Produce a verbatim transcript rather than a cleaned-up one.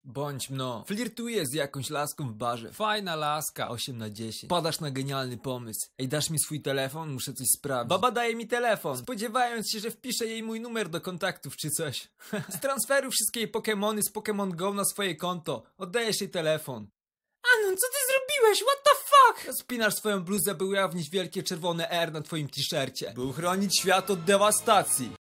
Bądź mno. Flirtujesz z jakąś laską w barze. Fajna laska. osiem na dziesięć. Padasz na genialny pomysł. Ej, dasz mi swój telefon? Muszę coś sprawdzić. Baba daje mi telefon, spodziewając się, że wpiszę jej mój numer do kontaktów czy coś. Z transferu wszystkie jej Pokemony z Pokémon Go na swoje konto. Oddajesz jej telefon. Anon, co ty zrobiłeś? What the fuck? Spinasz swoją bluzę, by ujawnić wielkie czerwone R na twoim t-shircie. By uchronić świat od dewastacji.